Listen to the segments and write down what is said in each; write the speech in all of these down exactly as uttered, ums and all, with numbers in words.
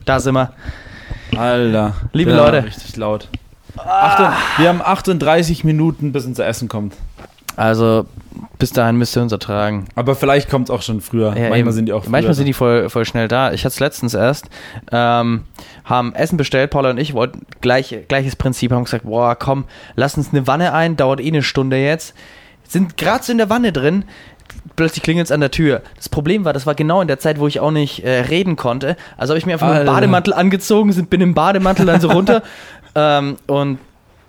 Da sind wir. Alter. Liebe ja, Leute. Richtig laut. Ah. Wir haben achtunddreißig Minuten, bis unser Essen kommt. Also, bis dahin müsst ihr uns ertragen. Aber vielleicht kommt es auch schon früher. Ja, manchmal eben. sind die auch früher. Manchmal sind die voll, voll schnell da. Ich hatte es letztens erst. Ähm, haben Essen bestellt, Paula und ich wollten gleich, gleiches Prinzip, haben gesagt, boah, komm, lass uns eine Wanne ein, dauert eh eine Stunde jetzt. Sind gerade so in der Wanne drin, plötzlich klingelt es an der Tür. Das Problem war, das war genau in der Zeit, wo ich auch nicht äh, reden konnte. Also habe ich mir einfach einen Bademantel angezogen, bin im Bademantel dann so runter ähm, und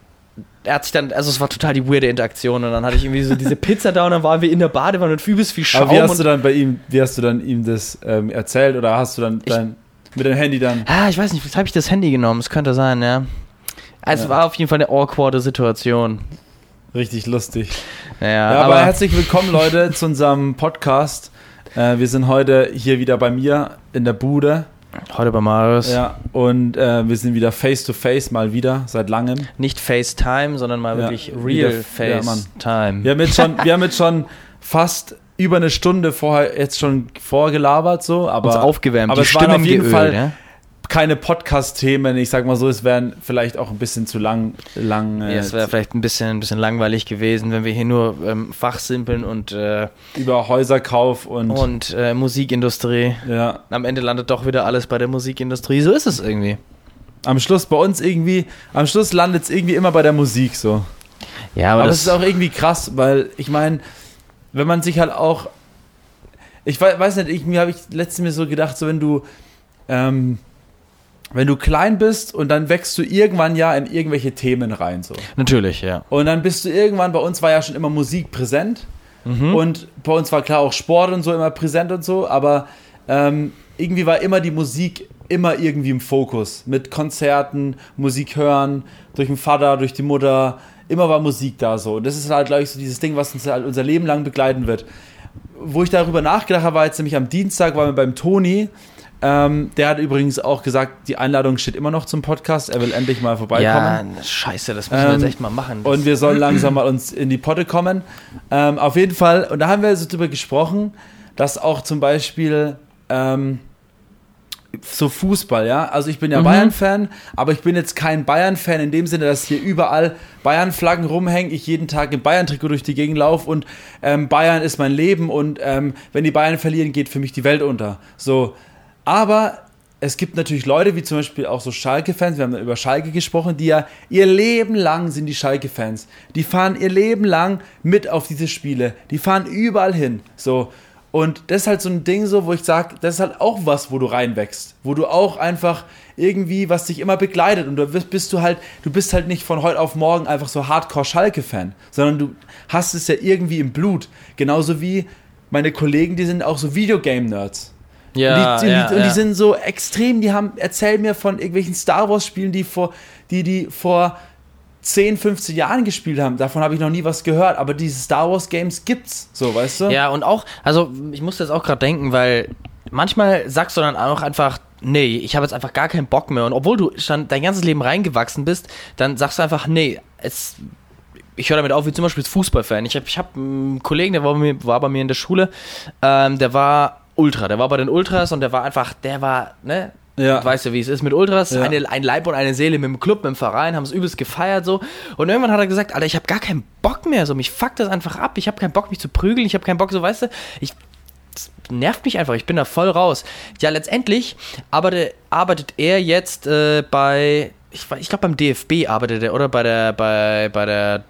er hat sich dann, also es war total die weirde Interaktion und dann hatte ich irgendwie so diese Pizza da und dann waren wir in der Badewanne und übelst viel Schaum. Aber wie hast du dann bei ihm, wie hast du dann ihm das ähm, erzählt oder hast du dann dein, mit deinem Handy dann? Ah, ich weiß nicht, was habe ich das Handy genommen? Es könnte sein, ja. Also es ja. war auf jeden Fall eine awkwarde Situation. Richtig lustig. Naja, ja, aber, aber herzlich willkommen, Leute, zu unserem Podcast. Äh, wir sind heute hier wieder bei mir in der Bude. Heute bei Marius. Ja, und äh, wir sind wieder face to face, mal wieder, seit langem. Nicht FaceTime, sondern mal ja, wirklich real wieder, FaceTime. Ja, wir haben jetzt schon, wir haben jetzt schon fast über eine Stunde vorher jetzt schon vorgelabert, so, aber, uns aufgewärmt, aber die es waren Stimmen auf jeden geölt, Fall ja? keine Podcast-Themen. Ich sag mal so, es wären vielleicht auch ein bisschen zu lang. lang äh, ja, es wäre vielleicht ein bisschen, ein bisschen langweilig gewesen, wenn wir hier nur ähm, fachsimpeln und äh, über Häuserkauf und, und äh, Musikindustrie. Ja. Am Ende landet doch wieder alles bei der Musikindustrie. So ist es irgendwie. Am Schluss bei uns irgendwie, am Schluss landet es irgendwie immer bei der Musik so. Ja, aber, aber das es ist auch irgendwie krass, weil ich meine, wenn man sich halt auch, ich weiß nicht, ich, mir habe ich letztens mir so gedacht, so wenn du ähm, wenn du klein bist und dann wächst du irgendwann ja in irgendwelche Themen rein. So. Natürlich, ja. Und dann bist du irgendwann, bei uns war ja schon immer Musik präsent mhm. und bei uns war klar auch Sport und so immer präsent und so, aber ähm, irgendwie war immer die Musik immer irgendwie im Fokus. Mit Konzerten, Musik hören, durch den Vater, durch die Mutter, immer war Musik da so. Und das ist halt, glaube ich, so dieses Ding, was uns halt unser Leben lang begleiten wird. Wo ich darüber nachgedacht habe, war jetzt nämlich am Dienstag, waren wir beim Toni. Ähm, der hat übrigens auch gesagt, die Einladung steht immer noch zum Podcast. Er will endlich mal vorbeikommen. Ja, scheiße, das müssen wir ähm, jetzt echt mal machen. Das und wir sollen langsam mal uns in die Potte kommen. Ähm, auf jeden Fall, und da haben wir so drüber gesprochen, dass auch zum Beispiel ähm, so Fußball, ja, also ich bin ja mhm. Bayern-Fan, aber ich bin jetzt kein Bayern-Fan in dem Sinne, dass hier überall Bayern-Flaggen rumhängen, ich jeden Tag im Bayern-Trikot durch die Gegend laufe und ähm, Bayern ist mein Leben und ähm, wenn die Bayern verlieren, geht für mich die Welt unter. So. Aber es gibt natürlich Leute, wie zum Beispiel auch so Schalke-Fans, wir haben über Schalke gesprochen, die ja ihr Leben lang sind die Schalke-Fans. Die fahren ihr Leben lang mit auf diese Spiele. Die fahren überall hin. So. Und das ist halt so ein Ding so, wo ich sage, das ist halt auch was, wo du reinwächst. Wo du auch einfach irgendwie, was dich immer begleitet. Und du bist du halt, du bist halt nicht von heute auf morgen einfach so Hardcore-Schalke-Fan, sondern du hast es ja irgendwie im Blut. Genauso wie meine Kollegen, die sind auch so Videogame-Nerds. Ja, und die, die, ja, und die ja. sind so extrem, die haben, erzählen mir von irgendwelchen Star Wars Spielen, die vor, die, die vor zehn, fünfzehn Jahren gespielt haben. Davon habe ich noch nie was gehört, aber diese Star Wars Games gibt's, so, weißt du? Ja, und auch, also ich musste jetzt auch gerade denken, weil manchmal sagst du dann auch einfach, nee, ich habe jetzt einfach gar keinen Bock mehr und obwohl du schon dein ganzes Leben reingewachsen bist, dann sagst du einfach, nee, es ich höre damit auf, wie zum Beispiel als Fußballfan. Ich habe ich hab einen Kollegen, der war bei mir, war bei mir in der Schule, ähm, der war Ultra, der war bei den Ultras und der war einfach, der war, ne, ja. weißt du, wie es ist mit Ultras, ja. eine, ein Leib und eine Seele mit dem Club, mit dem Verein, haben es übelst gefeiert so und irgendwann hat er gesagt, Alter, ich habe gar keinen Bock mehr, so, mich fuckt das einfach ab, ich habe keinen Bock, mich zu prügeln, ich habe keinen Bock, so, weißt du, ich, das nervt mich einfach, ich bin da voll raus. Ja, letztendlich arbeitet, arbeitet er jetzt äh, bei, ich, ich glaube beim D F B arbeitet er, oder bei der, bei, bei der,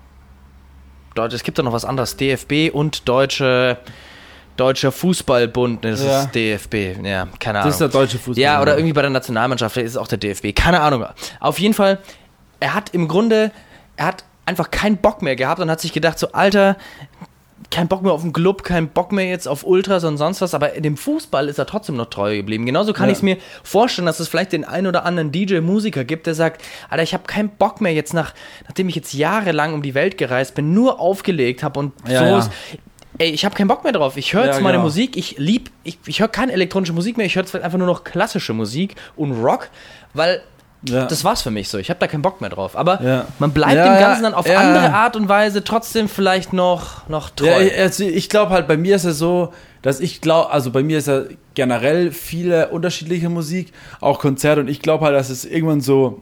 es gibt da noch was anderes, D F B und Deutsche, Deutscher Fußballbund, das ja. ist D F B, ja, keine Ahnung. Das ist der deutsche Fußball. Ja, oder irgendwie bei der Nationalmannschaft, ist es auch der D F B, keine Ahnung. Auf jeden Fall, er hat im Grunde, er hat einfach keinen Bock mehr gehabt und hat sich gedacht, so, Alter, kein Bock mehr auf den Club, kein Bock mehr jetzt auf Ultras und sonst was, aber in dem Fußball ist er trotzdem noch treu geblieben. Genauso kann ja. ich es mir vorstellen, dass es vielleicht den einen oder anderen D J-Musiker gibt, der sagt, Alter, ich habe keinen Bock mehr jetzt, nach, nachdem ich jetzt jahrelang um die Welt gereist bin, nur aufgelegt habe und ja, so ja. ist, ey, ich habe keinen Bock mehr drauf. Ich höre jetzt ja, meine genau. Musik, ich lieb, ich, ich höre keine elektronische Musik mehr, ich höre jetzt einfach nur noch klassische Musik und Rock, weil Ja. Das war's für mich so. Ich habe da keinen Bock mehr drauf. Aber Ja. man bleibt Ja, dem Ganzen dann auf ja. andere Art und Weise trotzdem vielleicht noch, noch treu. Ja, ich- also ich glaube halt, bei mir ist es so, dass ich glaube, also bei mir ist ja generell viele unterschiedliche Musik, auch Konzerte, und ich glaube halt, dass es irgendwann so,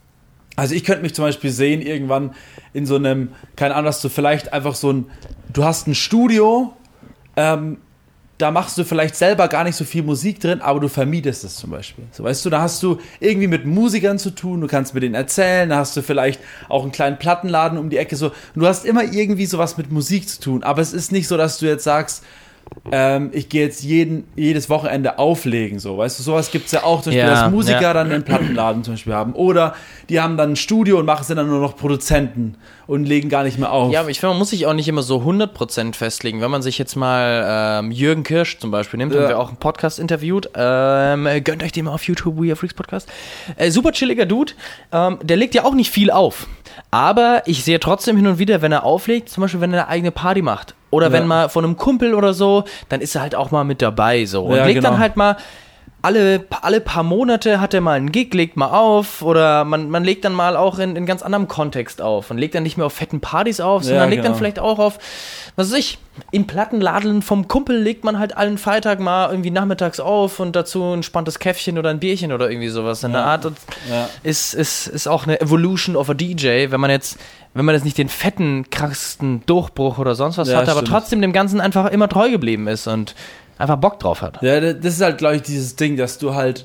also ich könnte mich zum Beispiel sehen, irgendwann in so einem, keine Ahnung, dass du vielleicht einfach so ein, du hast ein Studio, ähm, da machst du vielleicht selber gar nicht so viel Musik drin, aber du vermietest es zum Beispiel. So, weißt du, da hast du irgendwie mit Musikern zu tun, du kannst mit denen erzählen, da hast du vielleicht auch einen kleinen Plattenladen um die Ecke, so. Und du hast immer irgendwie sowas mit Musik zu tun, aber es ist nicht so, dass du jetzt sagst, ähm, ich gehe jetzt jeden, jedes Wochenende auflegen, so, weißt du, sowas gibt es ja auch, zum Beispiel, Ja, dass Musiker ja. dann einen Plattenladen zum Beispiel haben, oder die haben dann ein Studio und machen sind dann nur noch Produzenten und legen gar nicht mehr auf. Ja, aber ich finde, man muss sich auch nicht immer so hundert Prozent festlegen. Wenn man sich jetzt mal ähm, Jürgen Kirsch zum Beispiel nimmt, Ja. haben wir auch einen Podcast interviewt. Ähm, gönnt euch den mal auf YouTube, We Are Freaks Podcast. Äh, super chilliger Dude. Ähm, der legt ja auch nicht viel auf. Aber ich sehe trotzdem hin und wieder, wenn er auflegt, zum Beispiel, wenn er eine eigene Party macht. Oder Ja. wenn mal von einem Kumpel oder so, dann ist er halt auch mal mit dabei. So. Und Ja, legt genau. dann halt mal. Alle, alle paar Monate hat er mal einen Gig, legt mal auf, oder man, man legt dann mal auch in, in ganz anderem Kontext auf. Man legt dann nicht mehr auf fetten Partys auf, sondern Ja, legt dann genau. vielleicht auch auf, was weiß ich, im Plattenladen vom Kumpel legt man halt allen Freitag mal irgendwie nachmittags auf und dazu ein spannendes Käffchen oder ein Bierchen oder irgendwie sowas in der Ja. Art. Und Ja. ist, ist, ist auch eine Evolution of a D J, wenn man jetzt, wenn man jetzt nicht den fetten, krassesten Durchbruch oder sonst was Ja, hat, aber stimmt. trotzdem dem Ganzen einfach immer treu geblieben ist und einfach Bock drauf hat. Ja, das ist halt, glaube ich, dieses Ding, dass du halt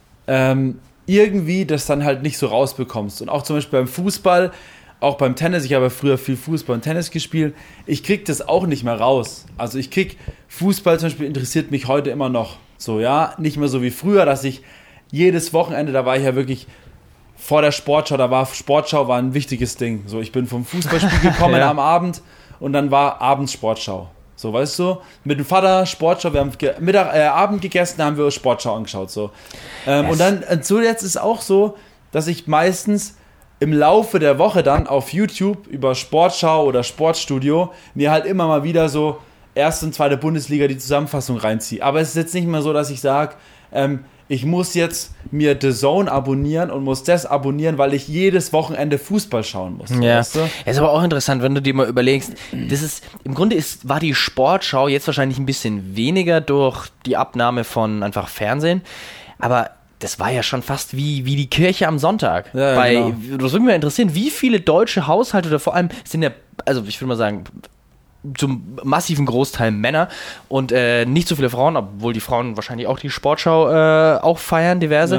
ähm, irgendwie das dann halt nicht so rausbekommst. Und auch zum Beispiel beim Fußball, auch beim Tennis, ich habe ja früher viel Fußball und Tennis gespielt, ich krieg das auch nicht mehr raus. Also ich krieg, Fußball zum Beispiel interessiert mich heute immer noch so, ja, nicht mehr so wie früher, dass ich jedes Wochenende, da war ich ja wirklich vor der Sportschau, da war Sportschau war ein wichtiges Ding. So, ich bin vom Fußballspiel gekommen Ja. am Abend und dann war abends Sportschau. So, weißt du, mit dem Vater Sportschau, wir haben ge- Mittag, äh, Abend gegessen, da haben wir Sportschau angeschaut, so. Ähm, Yes. und dann, äh, so jetzt ist auch so, dass ich meistens im Laufe der Woche dann auf YouTube über Sportschau oder Sportstudio mir halt immer mal wieder so erste und zweite Bundesliga die Zusammenfassung reinziehe. Aber es ist jetzt nicht mehr so, dass ich sage, ähm, ich muss jetzt mir The Zone abonnieren und muss das abonnieren, weil ich jedes Wochenende Fußball schauen muss. Ja, Weißt du? ist aber auch interessant, wenn du dir mal überlegst, das ist, im Grunde ist, war die Sportschau jetzt wahrscheinlich ein bisschen weniger durch die Abnahme von einfach Fernsehen, aber das war ja schon fast wie, wie die Kirche am Sonntag. Ja, Bei, genau. Das würde mich mal interessieren, wie viele deutsche Haushalte oder vor allem sind ja, also ich würde mal sagen, zum massiven Großteil Männer und äh, nicht so viele Frauen, obwohl die Frauen wahrscheinlich auch die Sportschau äh, auch feiern, diverse. Ja.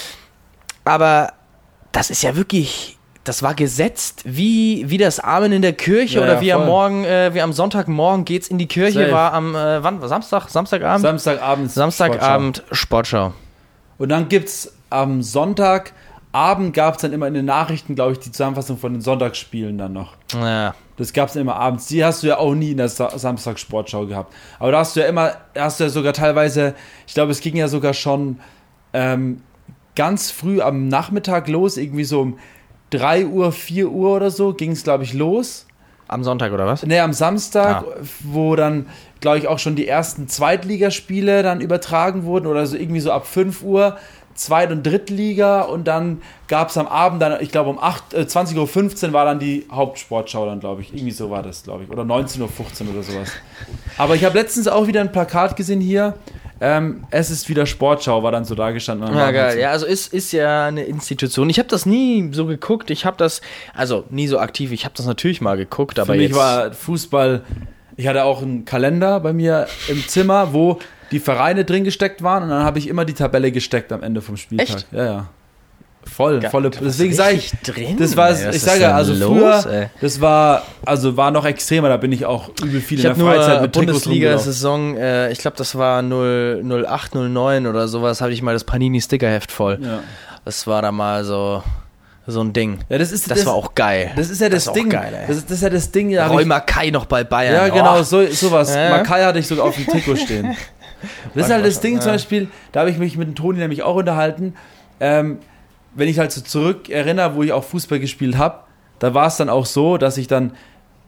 Aber das ist ja wirklich, das war gesetzt wie, wie das Amen in der Kirche Ja, oder ja, wie am voll. Morgen, äh, wie am Sonntagmorgen geht's in die Kirche, Safe. war am, äh, wann, Samstag, Samstagabend? Samstagabend. Samstagabend Sportschau. Und dann gibt es am Sonntagabend gab es dann immer in den Nachrichten, glaube ich, die Zusammenfassung von den Sonntagsspielen dann noch. Ja. Das gab es dann immer abends. Die hast du ja auch nie in der Sa- Samstag-Sportschau gehabt. Aber da hast du ja immer, da hast du ja sogar teilweise, ich glaube, es ging ja sogar schon ähm, ganz früh am Nachmittag los, irgendwie so um drei Uhr, vier Uhr oder so, ging es, glaube ich, los. Am Sonntag oder was? Ne, am Samstag, Ah. wo dann, glaube ich, auch schon die ersten Zweitligaspiele dann übertragen wurden oder so irgendwie so ab fünf Uhr Zweit- und Drittliga und dann gab es am Abend dann, ich glaube um acht, äh, zwanzig Uhr fünfzehn war dann die Hauptsportschau dann, glaube ich. Irgendwie so war das, glaube ich. Oder neunzehn Uhr fünfzehn oder sowas. Aber ich habe letztens auch wieder ein Plakat gesehen hier. Ähm, es ist wieder Sportschau, war dann so da gestanden. Ja, geil. Ja, also ist, ist ja eine Institution. Ich habe das nie so geguckt. Ich habe das, also nie so aktiv. Ich habe das natürlich mal geguckt, aber Für mich jetzt. war Fußball, ich hatte auch einen Kalender bei mir im Zimmer, wo die Vereine drin gesteckt waren und dann habe ich immer die Tabelle gesteckt am Ende vom Spieltag. Echt? Ja, ja. Voll, Ge- volle. du warst Deswegen sage ich, richtig drin, das war, ey. Was ich ist sage, denn also los, früher, ey? das war, also war noch extremer, da bin ich auch übel viel Ich in habe der nur Freizeit mit Trikots rumgelaufen. Bundesliga-Saison, äh, ich glaube, das war null null acht, null neun oder sowas, hatte ich mal das Panini-Stickerheft voll. Ja. Das war da mal so, so ein Ding. Ja, das ist, Das, war auch geil. das ist ja das, war auch Ding. Geil, ey. das, ist, das ist ja das Ding, da hab Roy ich, Mackay noch bei Bayern. ja, genau, Oh. so, sowas. Ja. Mackay hatte ich sogar auf dem Trikot stehen. Das ist halt das Ding Ja. zum Beispiel, da habe ich mich mit dem Toni nämlich auch unterhalten, ähm, wenn ich halt so zurück erinnere, wo ich auch Fußball gespielt habe, da war es dann auch so, dass ich dann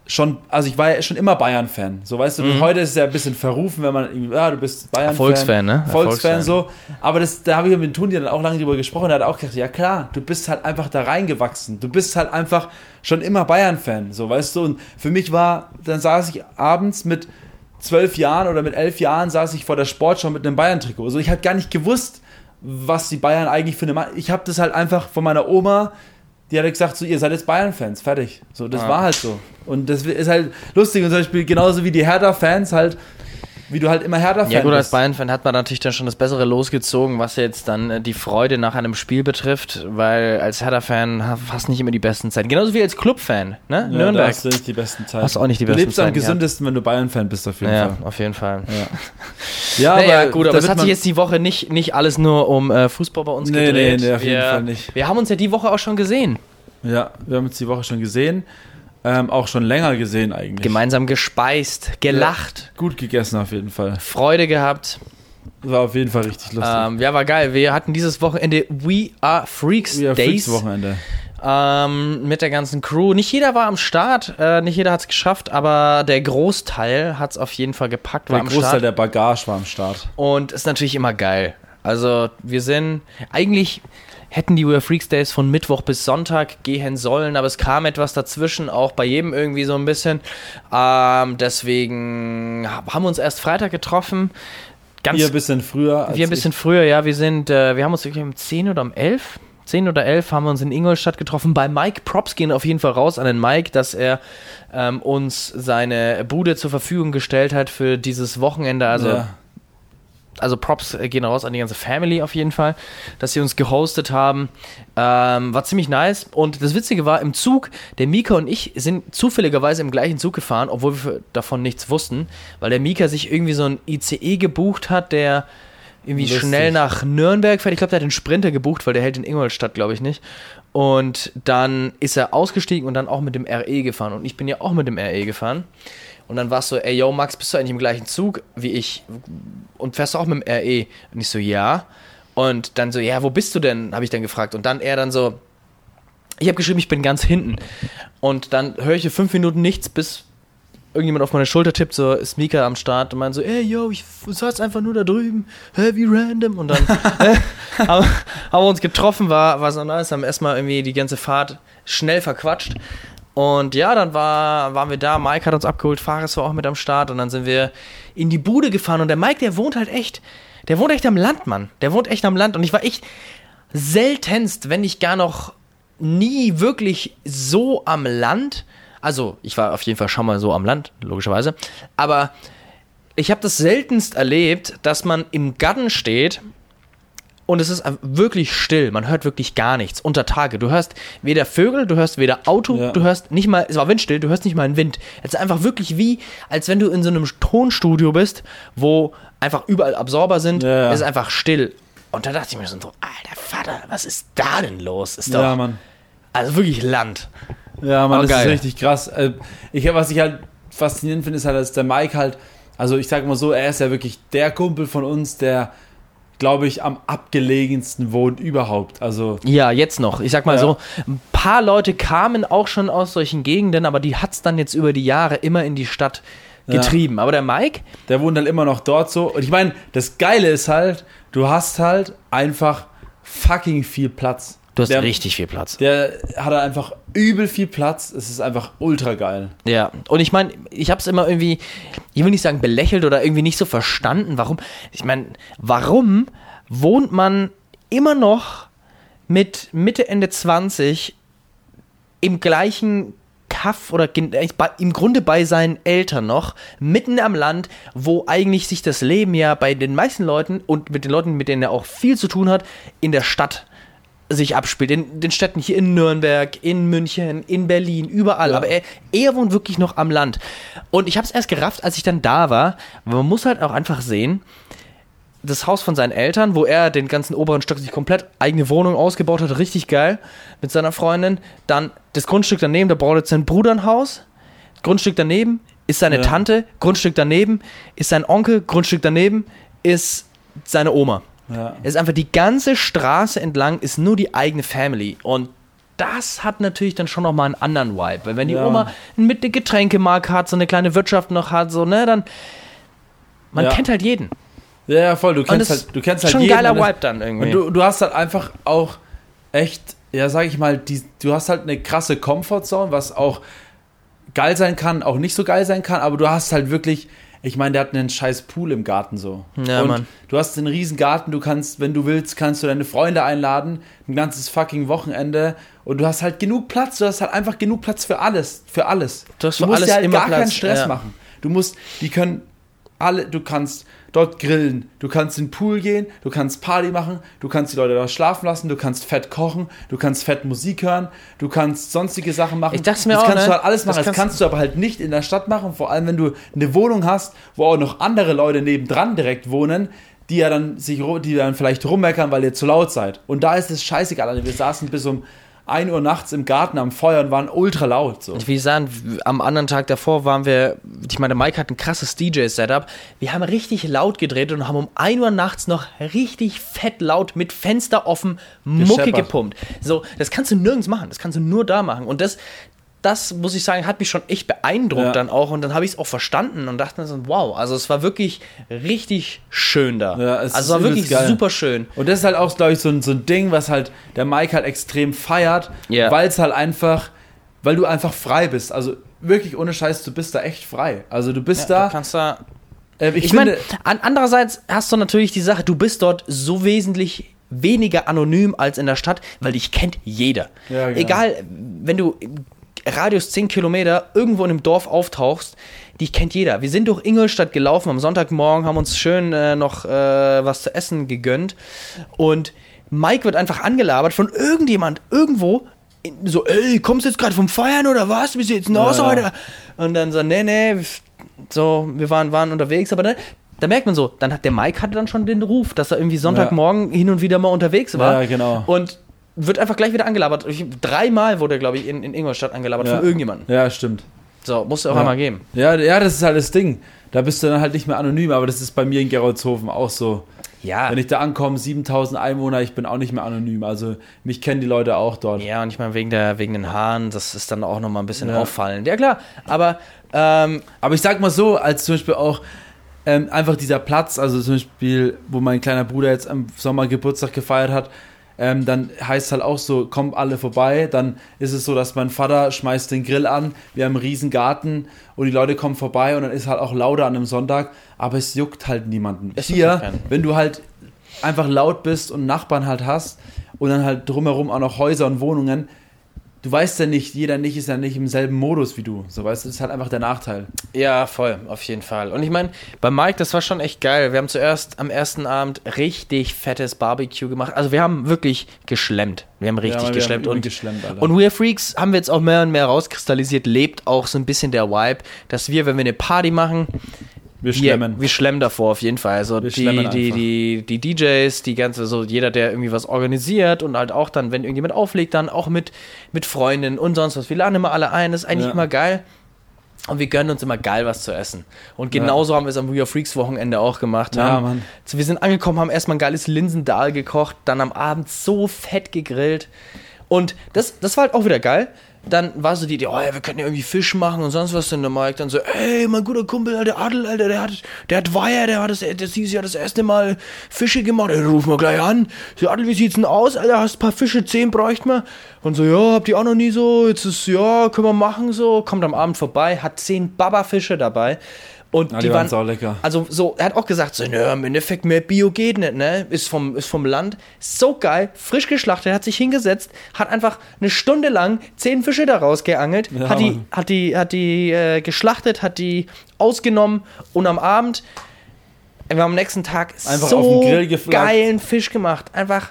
schon, also ich war ja schon immer Bayern-Fan. So, weißt du, mhm. heute ist es ja ein bisschen verrufen, wenn man, ja, du bist Bayern-Fan. Volksfan, ne? Volksfan, so. Aber das, da habe ich mit Toni dann auch lange drüber gesprochen, der hat auch gesagt, ja klar, du bist halt einfach da reingewachsen. Du bist halt einfach schon immer Bayern-Fan, so, weißt du. Und für mich war, dann saß ich abends mit zwölf Jahren oder mit elf Jahren saß ich vor der Sportschau mit einem Bayern-Trikot. Also ich habe gar nicht gewusst, was die Bayern eigentlich für eine Ma- Ich habe das halt einfach von meiner Oma, die hat gesagt, so, ihr seid jetzt Bayern-Fans, fertig. So, das ah. war halt so. Und das ist halt lustig. Und zum Beispiel genauso wie die Hertha-Fans halt, wie du halt immer Hertha-Fan bist. Ja gut, als Bayern-Fan hat man natürlich dann schon das Bessere losgezogen, was jetzt dann die Freude nach einem Spiel betrifft, weil als Hertha-Fan hast du nicht immer die besten Zeiten. Genauso wie als Club-Fan, ne? Ja, Nürnberg. Da hast du nicht die besten Zeiten. Hast du auch nicht die du besten Zeiten. Du lebst am gesündesten, wenn du Bayern-Fan bist, auf jeden ja, Fall. Ja, auf jeden Fall. Ja, ja naja, aber gut, aber es hat sich jetzt die Woche nicht, nicht alles nur um äh, Fußball bei uns nee, gedreht. Nee, nee, auf wir, jeden Fall nicht. Wir haben uns ja die Woche auch schon gesehen. Ja, wir haben uns die Woche schon gesehen. Ähm, auch schon länger gesehen eigentlich. Gemeinsam gespeist, gelacht. Ja, gut gegessen auf jeden Fall. Freude gehabt. War auf jeden Fall richtig lustig. Ähm, ja, war geil. Wir hatten dieses Wochenende We Are Freaks We Are Days. Freaks Wochenende. Ähm, mit der ganzen Crew. Nicht jeder war am Start, äh, nicht jeder hat es geschafft, aber der Großteil hat es auf jeden Fall gepackt, war der am Großteil Start. Der Bagage war am Start. Und ist natürlich immer geil. Also wir sind, eigentlich hätten die We Are Freaks Days von Mittwoch bis Sonntag gehen sollen, aber es kam etwas dazwischen, auch bei jedem irgendwie so ein bisschen. Ähm, deswegen haben wir uns erst Freitag getroffen. Ganz, wir ein bisschen früher. Als wir ein bisschen ich. früher, ja. Wir sind, äh, wir haben uns wirklich um zehn oder um elf, zehn oder elf haben wir uns in Ingolstadt getroffen. Bei Mike, Props gehen auf jeden Fall raus an den Mike, dass er ähm, uns seine Bude zur Verfügung gestellt hat für dieses Wochenende. Also ja. Also Props gehen raus an die ganze Family auf jeden Fall, dass sie uns gehostet haben. Ähm, war ziemlich nice. Und das Witzige war, im Zug, der Mika und ich sind zufälligerweise im gleichen Zug gefahren, obwohl wir davon nichts wussten, weil der Mika sich irgendwie so ein I C E gebucht hat, der irgendwie Lustig. schnell nach Nürnberg fährt. Ich glaube, der hat den Sprinter gebucht, weil der hält in Ingolstadt, glaube ich, nicht. Und dann ist er ausgestiegen und dann auch mit dem R E gefahren. Und ich bin ja auch mit dem R E gefahren. Und dann war es so, ey, yo, Max, bist du eigentlich im gleichen Zug wie ich? Und fährst du auch mit dem R E? Und ich so, ja. Und dann so, ja, wo bist du denn? Habe ich dann gefragt. Und dann er dann so, ich habe geschrieben, ich bin ganz hinten. Und dann höre ich fünf Minuten nichts, bis irgendjemand auf meine Schulter tippt, so ist Mika am Start und meint so, ey, yo, ich saß einfach nur da drüben, hä, wie random. Und dann äh, haben, haben wir uns getroffen, war, war so nice, haben erstmal irgendwie die ganze Fahrt schnell verquatscht. Und ja, dann war, waren wir da, Mike hat uns abgeholt, Fares war auch mit am Start und dann sind wir in die Bude gefahren und der Mike, der wohnt halt echt, der wohnt echt am Land, Mann. Der wohnt echt am Land und ich war echt seltenst, wenn nicht gar noch nie wirklich so am Land. Also, ich war auf jeden Fall schon mal so am Land, logischerweise. Aber ich habe das seltenst erlebt, dass man im Garten steht und es ist wirklich still. Man hört wirklich gar nichts unter Tage. Du hörst weder Vögel, du hörst weder Auto, ja. du hörst nicht mal, es war windstill, du hörst nicht mal einen Wind. Es ist einfach wirklich wie, als wenn du in so einem Tonstudio bist, wo einfach überall Absorber sind. Ja, ja. Es ist einfach still. Und da dachte ich mir so, alter Vater, was ist da denn los? Ist doch, ja, Mann. Also wirklich Land. Ja, Mann, das geil. Ist richtig krass. Ich, was ich halt faszinierend finde, ist halt, dass der Mike halt, also ich sag mal so, er ist ja wirklich der Kumpel von uns, der, glaube ich, am abgelegensten wohnt überhaupt. Also ja, jetzt noch. Ich sag mal ja. so, ein paar Leute kamen auch schon aus solchen Gegenden, aber die hat's dann jetzt über die Jahre immer in die Stadt getrieben. Ja. Aber der Mike? Der wohnt halt immer noch dort so. Und ich meine, das Geile ist halt, du hast halt einfach fucking viel Platz. Du hast der, richtig viel Platz. Der hat einfach übel viel Platz. Es ist einfach ultra geil. Ja, und ich meine, ich habe es immer irgendwie, ich will nicht sagen belächelt oder irgendwie nicht so verstanden, warum. Ich meine, warum wohnt man immer noch mit Mitte, Ende zwanzig im gleichen Kaff oder im Grunde bei seinen Eltern noch, mitten am Land, wo eigentlich sich das Leben ja bei den meisten Leuten und mit den Leuten, mit denen er auch viel zu tun hat, in der Stadt sich abspielt, in den Städten hier in Nürnberg, in München, in Berlin, überall. Ja. Aber er, er wohnt wirklich noch am Land. Und ich habe es erst gerafft, als ich dann da war. Man muss halt auch einfach sehen, das Haus von seinen Eltern, wo er den ganzen oberen Stock sich komplett eigene Wohnung ausgebaut hat, richtig geil, mit seiner Freundin. Dann das Grundstück daneben, da baut jetzt sein Bruder ein Haus. Das Grundstück daneben ist seine ja. Tante. Grundstück daneben ist sein Onkel. Grundstück daneben ist seine Oma. Ja. Es ist einfach die ganze Straße entlang ist nur die eigene Family und das hat natürlich dann schon nochmal einen anderen Vibe. Weil wenn die Ja. Oma mit eine Getränkemark hat, so eine kleine Wirtschaft noch hat, so, ne, dann, man Ja. kennt halt jeden. Ja, ja, voll, du Und kennst das halt, du kennst halt schon ein jeden. geiler und das- Vibe dann irgendwie. Und du, du hast halt einfach auch echt, ja, sag ich mal, die, du hast halt eine krasse Comfortzone, was auch geil sein kann, auch nicht so geil sein kann, aber du hast halt wirklich, ich meine, der hat einen scheiß Pool im Garten so. Ja, und Mann. du hast einen riesen Garten, du kannst, wenn du willst, kannst du deine Freunde einladen, ein ganzes fucking Wochenende und du hast halt genug Platz, du hast halt einfach genug Platz für alles, für alles. Du hast du für musst alles dir halt immer gar keinen Platz, Stress ja. machen. Du musst, die können alle, du kannst dort grillen, du kannst in den Pool gehen, du kannst Party machen, du kannst die Leute dort schlafen lassen, du kannst fett kochen, du kannst fett Musik hören, du kannst sonstige Sachen machen. Ich dachte mir das auch, kannst ne? du halt alles Das machen. Das kannst- kannst du aber halt nicht in der Stadt machen, vor allem wenn du eine Wohnung hast, wo auch noch andere Leute nebendran direkt wohnen, die ja dann sich ru- die dann vielleicht rummeckern, weil ihr zu laut seid. Und da ist es scheißegal. Also wir saßen bis um ein Uhr nachts im Garten am Feuer und waren ultra laut. So. Ich will sagen, am anderen Tag davor waren wir, ich meine, Mike hat ein krasses D J-Setup. Wir haben richtig laut gedreht und haben um ein Uhr nachts noch richtig fett laut mit Fenster offen Mucke Gescheppert. gepumpt. So, das kannst du nirgends machen, das kannst du nur da machen. Und das, das muss ich sagen, hat mich schon echt beeindruckt Ja. dann auch. Und dann habe ich es auch verstanden und dachte mir so, wow, also es war wirklich richtig schön da. Ja, es also ist es war übelst wirklich geil. super schön. Und das ist halt auch, glaube ich, so ein, so ein Ding, was halt der Mike halt extrem feiert, Ja. weil es halt einfach, weil du einfach frei bist. Also wirklich ohne Scheiß, du bist da echt frei. Also du bist Ja, da. du kannst da äh, ich Ich finde, meine, an, andererseits hast du natürlich die Sache, du bist dort so wesentlich weniger anonym als in der Stadt, weil dich kennt jeder. Ja, genau. Egal, wenn du im Radius zehn Kilometer irgendwo in einem Dorf auftauchst, dich kennt jeder. Wir sind durch Ingolstadt gelaufen am Sonntagmorgen, haben uns schön äh, noch äh, was zu essen gegönnt und Mike wird einfach angelabert von irgendjemand irgendwo, so, ey, kommst du jetzt gerade vom Feiern oder was? Bist du jetzt hinaus Ja. heute? Und dann so, nee, nee, so, wir waren, waren unterwegs, aber dann, da merkt man so, dann hat der Mike hatte dann schon den Ruf, dass er irgendwie Sonntagmorgen hin und wieder mal unterwegs war. Ja, genau. Und wird einfach gleich wieder angelabert. Ich, dreimal wurde er, glaube ich, in, in Ingolstadt angelabert ja. von irgendjemandem. Ja, stimmt. So, musst du auch Ja. einmal geben. Ja, ja, das ist halt das Ding. Da bist du dann halt nicht mehr anonym, aber das ist bei mir in Geroldshofen auch so. Ja. Wenn ich da ankomme, siebentausend Einwohner, ich bin auch nicht mehr anonym. Also mich kennen die Leute auch dort. Ja, und ich meine, wegen, der, wegen den Haaren, das ist dann auch nochmal ein bisschen Ja. auffallend. Ja, klar, aber ähm, Aber ich sag mal so, als zum Beispiel auch ähm, einfach dieser Platz, also zum Beispiel, wo mein kleiner Bruder jetzt am Sommer Geburtstag gefeiert hat, ähm, dann heißt es halt auch so, kommt alle vorbei, dann ist es so, dass mein Vater schmeißt den Grill an, wir haben einen riesen Garten und die Leute kommen vorbei und dann ist halt auch lauter an einem Sonntag, aber es juckt halt niemanden. Es juckt Hier, keinen. wenn du halt einfach laut bist und Nachbarn halt hast und dann halt drumherum auch noch Häuser und Wohnungen, du weißt ja nicht, jeder nicht ist ja nicht im selben Modus wie du, so weißt du, das ist halt einfach der Nachteil. ja, voll, auf jeden Fall. Und ich meine, bei Mike, das war schon echt geil. Wir haben zuerst am ersten Abend richtig fettes Barbecue gemacht. Also wir haben wirklich geschlemmt. Wir haben richtig Ja, wir geschlemmt. haben übel und, geschlemmt, Alter. und We Are Freaks haben wir jetzt auch mehr und mehr rauskristallisiert, lebt auch so ein bisschen der Vibe, dass wir, wenn wir eine Party machen, Wir schlemmen. Wir, wir schlemmen davor auf jeden Fall. Also Wir die, schlemmen die, einfach. die, die D Js, die ganze, so jeder, der irgendwie was organisiert und halt auch dann, wenn irgendjemand auflegt, dann auch mit, mit Freundinnen und sonst was. Wir laden immer alle ein, das ist eigentlich Ja. immer geil. Und wir gönnen uns immer geil was zu essen. Und genauso haben wir es am We Are Freaks Wochenende auch gemacht. Ja, Haben, Mann. so, wir sind angekommen, haben erstmal ein geiles Linsendahl gekocht, dann am Abend so fett gegrillt. Und das, das war halt auch wieder geil. Dann war so die Idee, oh ja, wir könnten ja irgendwie Fisch machen und sonst was. Und der Mike dann so, ey, mein guter Kumpel, der Adel, Alter, der hat, der hat Weiher, der hat das, das dieses Jahr das erste Mal Fische gemacht. Ey, ruf mal gleich an. So, Adel, wie sieht's denn aus? Alter, hast ein paar Fische, zehn bräuchten wir. Und so, ja, habt ihr auch noch nie so, jetzt ist, ja, können wir machen so. Kommt am Abend vorbei, hat zehn Baba-Fische dabei. Und Ja, die, die waren waren saulecker. Also so, er hat auch gesagt, so, nö, im Endeffekt mehr Bio geht nicht, ne? Ist vom, ist vom Land. So geil, frisch geschlachtet, hat sich hingesetzt, hat einfach eine Stunde lang zehn Fische daraus geangelt, Ja, hat die, Mann. hat die, hat die äh, geschlachtet, hat die ausgenommen und am Abend, wir haben am nächsten Tag Einfach so auf den Grill geflaggt. geilen Fisch gemacht. Einfach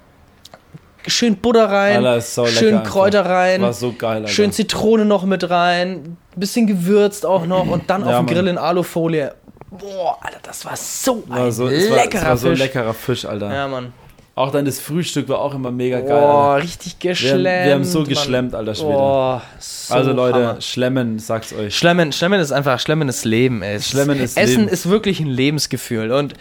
schön Butter rein, Alter, ist saulecker schön einfach. Kräuter rein, War so geil, Alter. schön Zitrone noch mit rein, bisschen gewürzt auch noch und dann Ja, auf dem Mann. Grill in Alufolie. Boah, Alter, das war so ein war so, es war, leckerer es war so Fisch. leckerer Fisch, Alter. Ja, Mann. Auch dann das Frühstück war auch immer mega geil, Boah, Alter. richtig Wir geschlemmt. haben, wir haben so Mann. geschlemmt, alter Schwede. Boah, so also Leute, Hammer. schlemmen, sag's euch. Schlemmen, Schlemmen ist einfach, Schlemmen ist Leben, ey. Schlemmen ist Essen Leben. ist wirklich ein Lebensgefühl und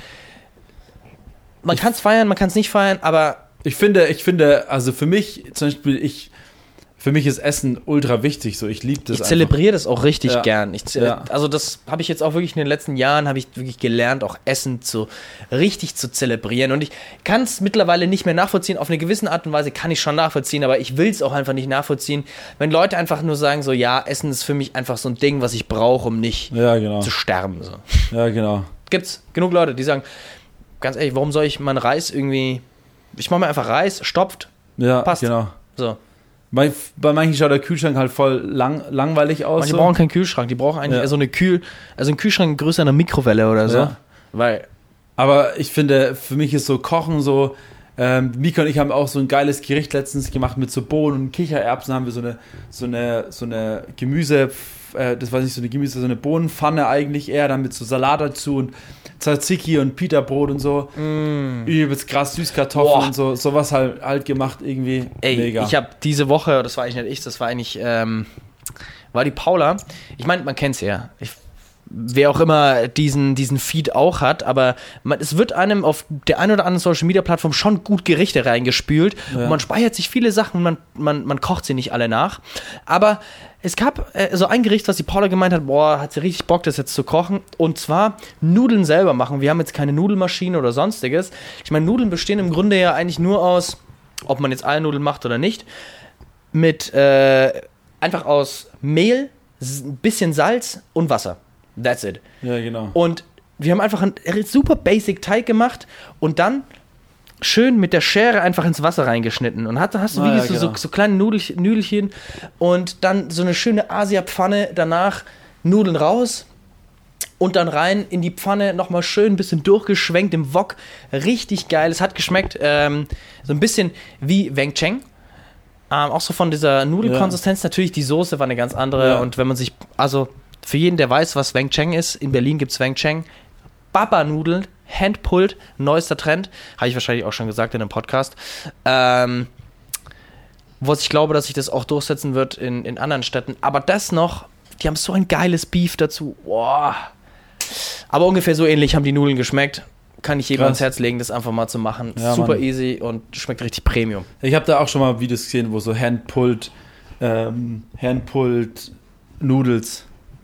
man kann es feiern, man kann es nicht feiern, aber Ich finde, ich finde, also für mich zum Beispiel, ich für mich ist Essen ultra wichtig, so ich liebe das. Ich zelebriere das auch richtig ja. gern. Ich, ja. Also das habe ich jetzt auch wirklich in den letzten Jahren, habe ich wirklich gelernt, auch Essen zu richtig zu zelebrieren. Und ich kann es mittlerweile nicht mehr nachvollziehen. Auf eine gewisse Art und Weise kann ich schon nachvollziehen, aber ich will es auch einfach nicht nachvollziehen, wenn Leute einfach nur sagen so, ja, Essen ist für mich einfach so ein Ding, was ich brauche, um nicht ja, genau. zu sterben. So. Ja, genau. Gibt's genug Leute, die sagen, ganz ehrlich, warum soll ich meinen Reis irgendwie, ich mache mir einfach Reis, stopft, ja, passt. Genau. So. Bei, bei manchen schaut der Kühlschrank halt voll lang, langweilig aus. Manche so. brauchen keinen Kühlschrank, die brauchen eigentlich ja. eher so eine Kühl, also ein Kühlschrank größer einer Mikrowelle oder so. Ja. Weil. Aber ich finde, für mich ist so Kochen so, ähm, Mika und ich haben auch so ein geiles Gericht letztens gemacht mit so Bohnen und Kichererbsen, haben wir so eine, so eine, so eine Gemüse, äh, das war nicht so eine Gemüse, so eine Bohnenpfanne eigentlich eher, dann mit so Salat dazu und Tzatziki und Pita-Brot und so. Mm. Übelst krass, Süßkartoffeln Boah. und so, sowas halt, halt gemacht irgendwie. Ey, mega. Ich habe diese Woche, das war eigentlich nicht ich, das war eigentlich, ähm, war die Paula. Ich meine, man kennt's ja. Ich, wer auch immer diesen, diesen Feed auch hat, aber man, es wird einem auf der einen oder anderen Social-Media-Plattform schon gut Gerichte reingespült ja. und man speichert sich viele Sachen, man, man, man kocht sie nicht alle nach. Aber es gab äh, so ein Gericht, was die Paula gemeint hat, boah, hat sie richtig Bock, das jetzt zu kochen. Und zwar Nudeln selber machen. Wir haben jetzt keine Nudelmaschine oder sonstiges. Ich meine, Nudeln bestehen im Grunde ja eigentlich nur aus, ob man jetzt Eiernudeln macht oder nicht, mit äh, einfach aus Mehl, ein bisschen Salz und Wasser. That's it. Ja, genau. Und wir haben einfach einen super basic Teig gemacht und dann schön mit der Schere einfach ins Wasser reingeschnitten. Und hast, hast du ah, wirklich ja, so, genau. so, so kleine Nudelchen, Nudelchen und dann so eine schöne Asia-Pfanne, danach Nudeln raus und dann rein in die Pfanne, nochmal schön ein bisschen durchgeschwenkt im Wok. Richtig geil. Es hat geschmeckt ähm, so ein bisschen wie Weng Cheng. Ähm, auch so von dieser Nudelkonsistenz. Ja. Natürlich, die Soße war eine ganz andere. Ja. Und wenn man sich, also für jeden, der weiß, was Weng Cheng ist, in Berlin gibt es Weng Cheng. Baba-Nudeln, Handpulled, neuester Trend. Habe ich wahrscheinlich auch schon gesagt in einem Podcast. Ähm, was ich glaube, dass sich das auch durchsetzen wird in, in anderen Städten. Aber das noch, die haben so ein geiles Beef dazu. Boah. Aber ungefähr so ähnlich haben die Nudeln geschmeckt. Kann ich jedem ans Herz legen, das einfach mal zu machen. Ja, super Mann. Easy und schmeckt richtig Premium. Ich habe da auch schon mal Videos gesehen, wo so Handpulled, ähm, Handpulled Noodles.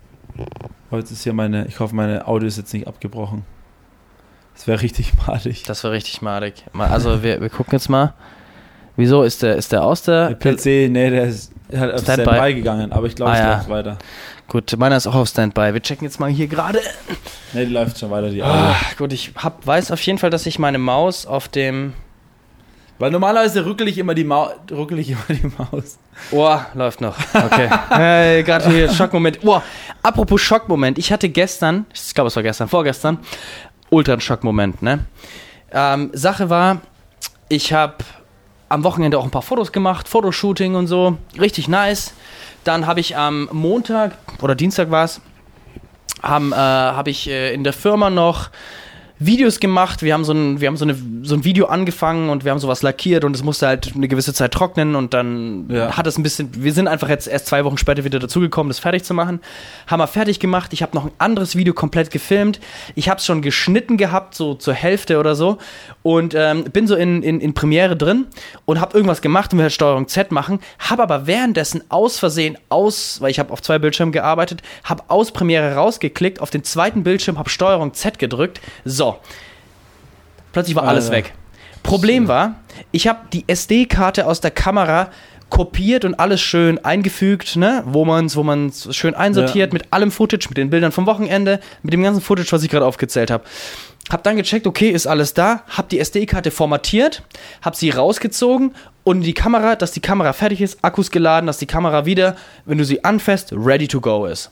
Heute ist hier meine, ich hoffe, meine Audio ist jetzt nicht abgebrochen. Das wäre richtig madig. Das wäre richtig madig. Also wir, wir gucken jetzt mal. Wieso ist der, ist der aus der... Der P C, nee, der ist halt auf Standby, Standby gegangen, aber ich glaube, ah, es ja. läuft weiter. Gut, meiner ist auch auf Standby. Wir checken jetzt mal hier gerade. Nee, die läuft schon weiter, die Audio. Ah, gut, ich hab, weiß auf jeden Fall, dass ich meine Maus auf dem... Weil normalerweise rückel ich immer die Maus. Rückel ich immer die Maus. Oh, läuft noch. Okay. Hey, gerade hier Schockmoment. Oh, apropos Schockmoment. Ich hatte gestern, ich glaube, es war gestern, vorgestern, ultra ein Schockmoment, ne? Ähm, Sache war, ich habe am Wochenende auch ein paar Fotos gemacht, Fotoshooting und so. Richtig nice. Dann habe ich am Montag oder Dienstag war es, haben, äh, habe ich äh, in der Firma noch Videos gemacht. Wir haben so ein, wir haben so, eine, so ein Video angefangen und wir haben sowas lackiert und es musste halt eine gewisse Zeit trocknen und dann ja. hat es ein bisschen, wir sind einfach jetzt erst zwei Wochen später wieder dazugekommen, das fertig zu machen. Haben wir fertig gemacht. Ich habe noch ein anderes Video komplett gefilmt. Ich habe es schon geschnitten gehabt, so zur Hälfte oder so und ähm, bin so in, in, in Premiere drin und habe irgendwas gemacht und will halt Steuerung Z machen, habe aber währenddessen aus Versehen aus, weil ich habe auf zwei Bildschirmen gearbeitet, habe aus Premiere rausgeklickt, auf den zweiten Bildschirm, habe Steuerung Z gedrückt. So. Plötzlich war alles weg. Problem war, ich habe die S D-Karte aus der Kamera kopiert und alles schön eingefügt, ne? wo man es wo man's schön einsortiert, ja. mit allem Footage, mit den Bildern vom Wochenende, mit dem ganzen Footage, was ich gerade aufgezählt habe. Hab dann gecheckt, okay, ist alles da, hab die S D-Karte formatiert, hab sie rausgezogen und die Kamera, dass die Kamera fertig ist, Akkus geladen, dass die Kamera wieder, wenn du sie anfasst, ready to go ist.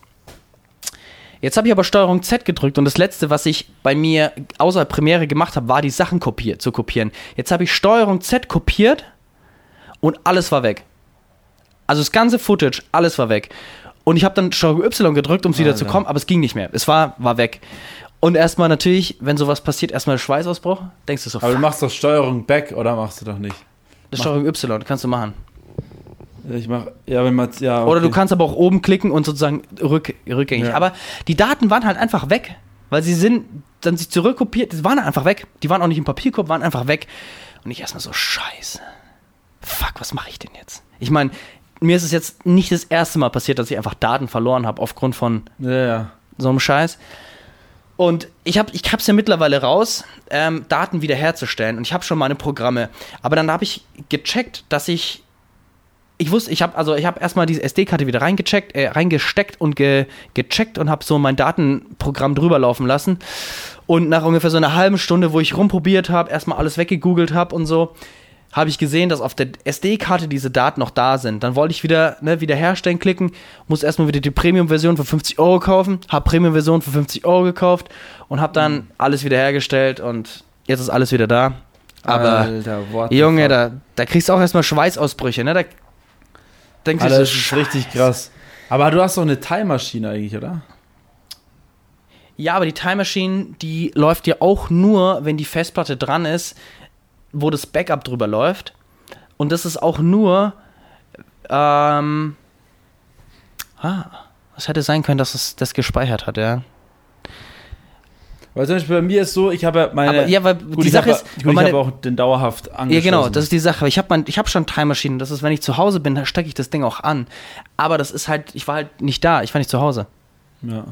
Jetzt habe ich aber Steuerung Z gedrückt und das letzte, was ich bei mir außer Premiere gemacht habe, war die Sachen kopiert, zu kopieren. Jetzt habe ich Steuerung Z kopiert und alles war weg. Also das ganze Footage, alles war weg. Und ich habe dann Steuerung Y gedrückt, um es wieder zu kommen, aber es ging nicht mehr. Es war, war weg. Und erstmal natürlich, wenn sowas passiert, erstmal Schweißausbruch. Denkst du so, aber fuck. Du machst doch Steuerung Back, oder machst du doch nicht? Das Steuerung Y, kannst du machen. Ich mach, ja, wenn man, ja, okay. Oder du kannst aber auch oben klicken und sozusagen rück, rückgängig. Ja. Aber die Daten waren halt einfach weg, weil sie sind dann sich zurückkopiert, die waren einfach weg. Die waren auch nicht im Papierkorb, waren einfach weg. Und ich erstmal so, scheiße. Fuck, was mache ich denn jetzt? Ich meine, mir ist es jetzt nicht das erste Mal passiert, dass ich einfach Daten verloren habe aufgrund von Ja, ja. so einem Scheiß. Und ich habe ich hab's ja mittlerweile raus, ähm, Daten wiederherzustellen. Und ich habe schon meine Programme. Aber dann habe ich gecheckt, dass ich Ich wusste, ich habe also ich habe erstmal diese S D-Karte wieder reingecheckt, äh, reingesteckt und ge, gecheckt und habe so mein Datenprogramm drüber laufen lassen. Und nach ungefähr so einer halben Stunde, wo ich rumprobiert habe, erstmal alles weggegoogelt habe und so, habe ich gesehen, dass auf der S D-Karte diese Daten noch da sind. Dann wollte ich wieder, ne, wiederherstellen klicken, muss erstmal wieder die Premium-Version für fünfzig Euro kaufen, habe Premium-Version für fünfzig Euro gekauft und habe dann mhm. alles wiederhergestellt und jetzt ist alles wieder da. Aber Alter, Junge, da, da kriegst du auch erstmal Schweißausbrüche, ne? Da denkst du, Alter, so, das ist richtig krass. Aber du hast doch eine Time Machine eigentlich, oder? Ja, aber die Time Machine, die läuft ja auch nur, wenn die Festplatte dran ist, wo das Backup drüber läuft. Und das ist auch nur, ähm, ah, es hätte sein können, dass es das gespeichert hat, ja. Weil zum Beispiel bei mir ist so, ich habe meine... Aber, ja, weil gut, die ich Sache habe, ist... gut, ich meine, habe auch den dauerhaft angeschlossen. Ja, genau, das ist die Sache. Ich habe ich hab schon Time Machine. Das ist, wenn ich zu Hause bin, da stecke ich das Ding auch an. Aber das ist halt, ich war halt nicht da, ich war nicht zu Hause. Ja.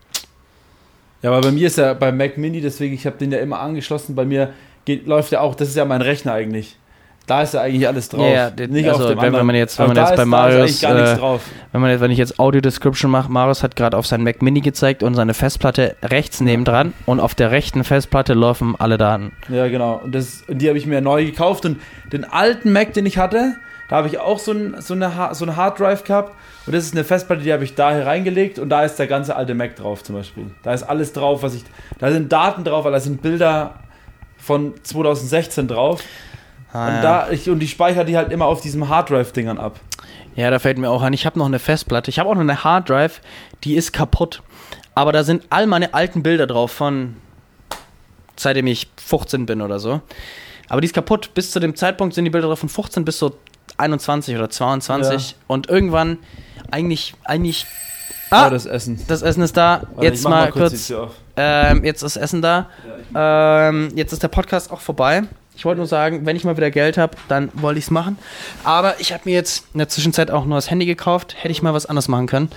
Ja, aber bei mir ist ja beim Mac Mini, deswegen, ich habe den ja immer angeschlossen. Bei mir geht, läuft ja auch, das ist ja mein Rechner eigentlich. Da ist ja eigentlich alles drauf. Ja, ja, nicht also, auf dem wenn, anderen. wenn man jetzt, wenn aber man jetzt bei ist, Marius, gar nichts äh, drauf. wenn man jetzt, wenn ich jetzt Audio Description mache, Marius hat gerade auf sein Mac Mini gezeigt und seine Festplatte rechts nebendran und auf der rechten Festplatte laufen alle Daten. Ja, genau. Und, das, und die habe ich mir neu gekauft und den alten Mac, den ich hatte, da habe ich auch so, ein, so, eine, so eine Harddrive gehabt und das ist eine Festplatte, die habe ich da hier reingelegt und da ist der ganze alte Mac drauf zum Beispiel. Da ist alles drauf, was ich, da sind Daten drauf, weil da sind Bilder von zwanzig sechzehn drauf. Ah, und, ja. da, ich, und ich speichere die halt immer auf diesem Harddrive-Dingern ab. Ja, da fällt mir auch an, ich habe noch eine Festplatte, ich habe auch noch eine Harddrive, die ist kaputt. Aber da sind all meine alten Bilder drauf von seitdem ich fünfzehn bin oder so. Aber die ist kaputt. Bis zu dem Zeitpunkt sind die Bilder drauf von fünfzehn bis so einundzwanzig oder zweiundzwanzig. Ja. Und irgendwann eigentlich, eigentlich... Ah, oh, das Essen. Das Essen ist da. Warte, jetzt mal, mal kurz... kurz ähm, jetzt ist Essen da. Ja, ähm, jetzt ist der Podcast auch vorbei. Ich wollte nur sagen, wenn ich mal wieder Geld habe, dann wollte ich es machen. Aber ich habe mir jetzt in der Zwischenzeit auch nur das Handy gekauft. Hätte ich mal was anderes machen können.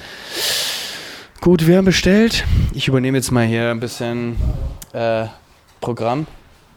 Gut, wir haben bestellt. Ich übernehme jetzt mal hier ein bisschen äh, Programm.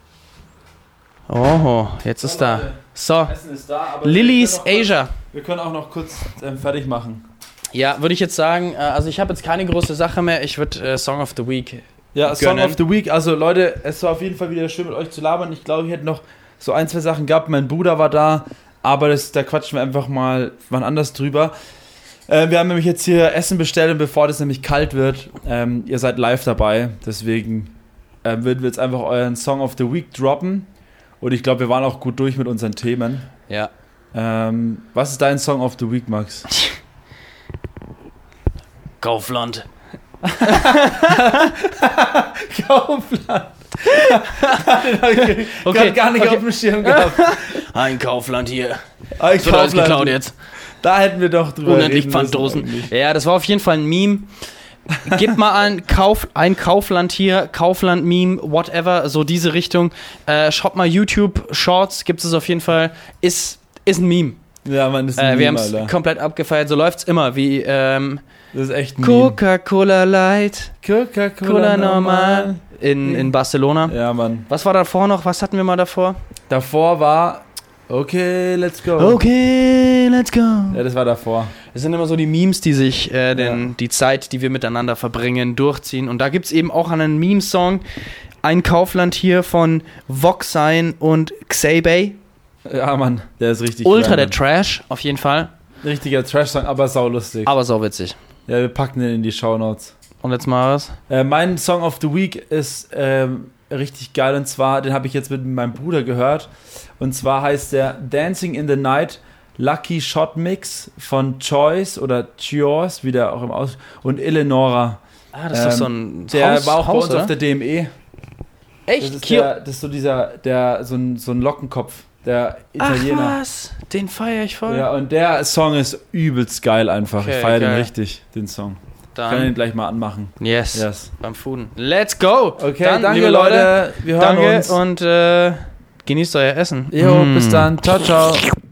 Oh, jetzt ist da. So, Essen ist da, aber Lily's wir Asia. Kurz, wir können auch noch kurz ähm, fertig machen. Ja, würde ich jetzt sagen, äh, also ich habe jetzt keine große Sache mehr. Ich würde äh, Song of the Week Ja, gönnen. Song of the Week. Also Leute, es war auf jeden Fall wieder schön mit euch zu labern. Ich glaube, ich hätte noch so ein, zwei Sachen gehabt. Mein Bruder war da, aber das, da quatschen wir einfach mal wann anders drüber. Äh, wir haben nämlich jetzt hier Essen bestellt und bevor das nämlich kalt wird, ähm, ihr seid live dabei. Deswegen äh, würden wir jetzt einfach euren Song of the Week droppen. Und ich glaube, wir waren auch gut durch mit unseren Themen. Ja. Ähm, was ist dein Song of the Week, Max? Kaufland. Kaufland. okay. Okay, gar nicht okay. auf dem Schirm gehabt. Ein Kaufland hier. Ein So, alles geklaut jetzt. Da hätten wir doch drüber Unendlich reden Pfanddosen. müssen Ja, das war auf jeden Fall ein Meme. Gib mal an, Kauf, ein Kaufland hier, Kaufland-Meme, whatever, so diese Richtung. Äh, schaut mal YouTube, Shorts, gibt es auf jeden Fall. Ist, ist ein Meme. Ja, man, ist ein äh, Wir haben Meme, es komplett abgefeiert, so läuft's immer, wie ähm, das ist echt ein Coca-Cola Light, Coca-Cola normal in, in Barcelona. Ja, Mann. Was war davor noch? Was hatten wir mal davor? Davor war Okay, let's go. Okay, let's go. Ja, das war davor. Es sind immer so die Memes, die sich äh, den, ja. die Zeit, die wir miteinander verbringen, durchziehen. Und da gibt es eben auch einen Meme-Song, ein Kaufland hier von Voxine und Xaybay. Ja, Mann, der ist richtig Ultra klein, der Trash, auf jeden Fall. Richtiger Trash-Song, aber saulustig. Aber sauwitzig. Ja, wir packen den in die Shownotes. Und jetzt mal was? Äh, mein Song of the Week ist ähm, richtig geil und zwar, den habe ich jetzt mit meinem Bruder gehört. Und zwar heißt der Dancing in the Night Lucky Shot Mix von Choice oder Choice, wie der auch im Aus... und Eleonora. Ah, das ist ähm, doch so ein Der Haus, war auch Haus, bei uns oder? auf der D M E. Echt? Das ist, der, das ist so dieser, der, so ein, so ein Lockenkopf, der Italiener. Ach was, den feiere ich voll. Ja, und der Song ist übelst geil einfach. Okay, ich feiere den geil. richtig, den Song. Dann Ich kann ihn gleich mal anmachen. Yes, yes. beim Fooden. Let's go! Okay, dann, danke liebe Leute, wir hören danke uns. und äh, genießt euer Essen. Jo, mm. bis dann. Ciao, ciao.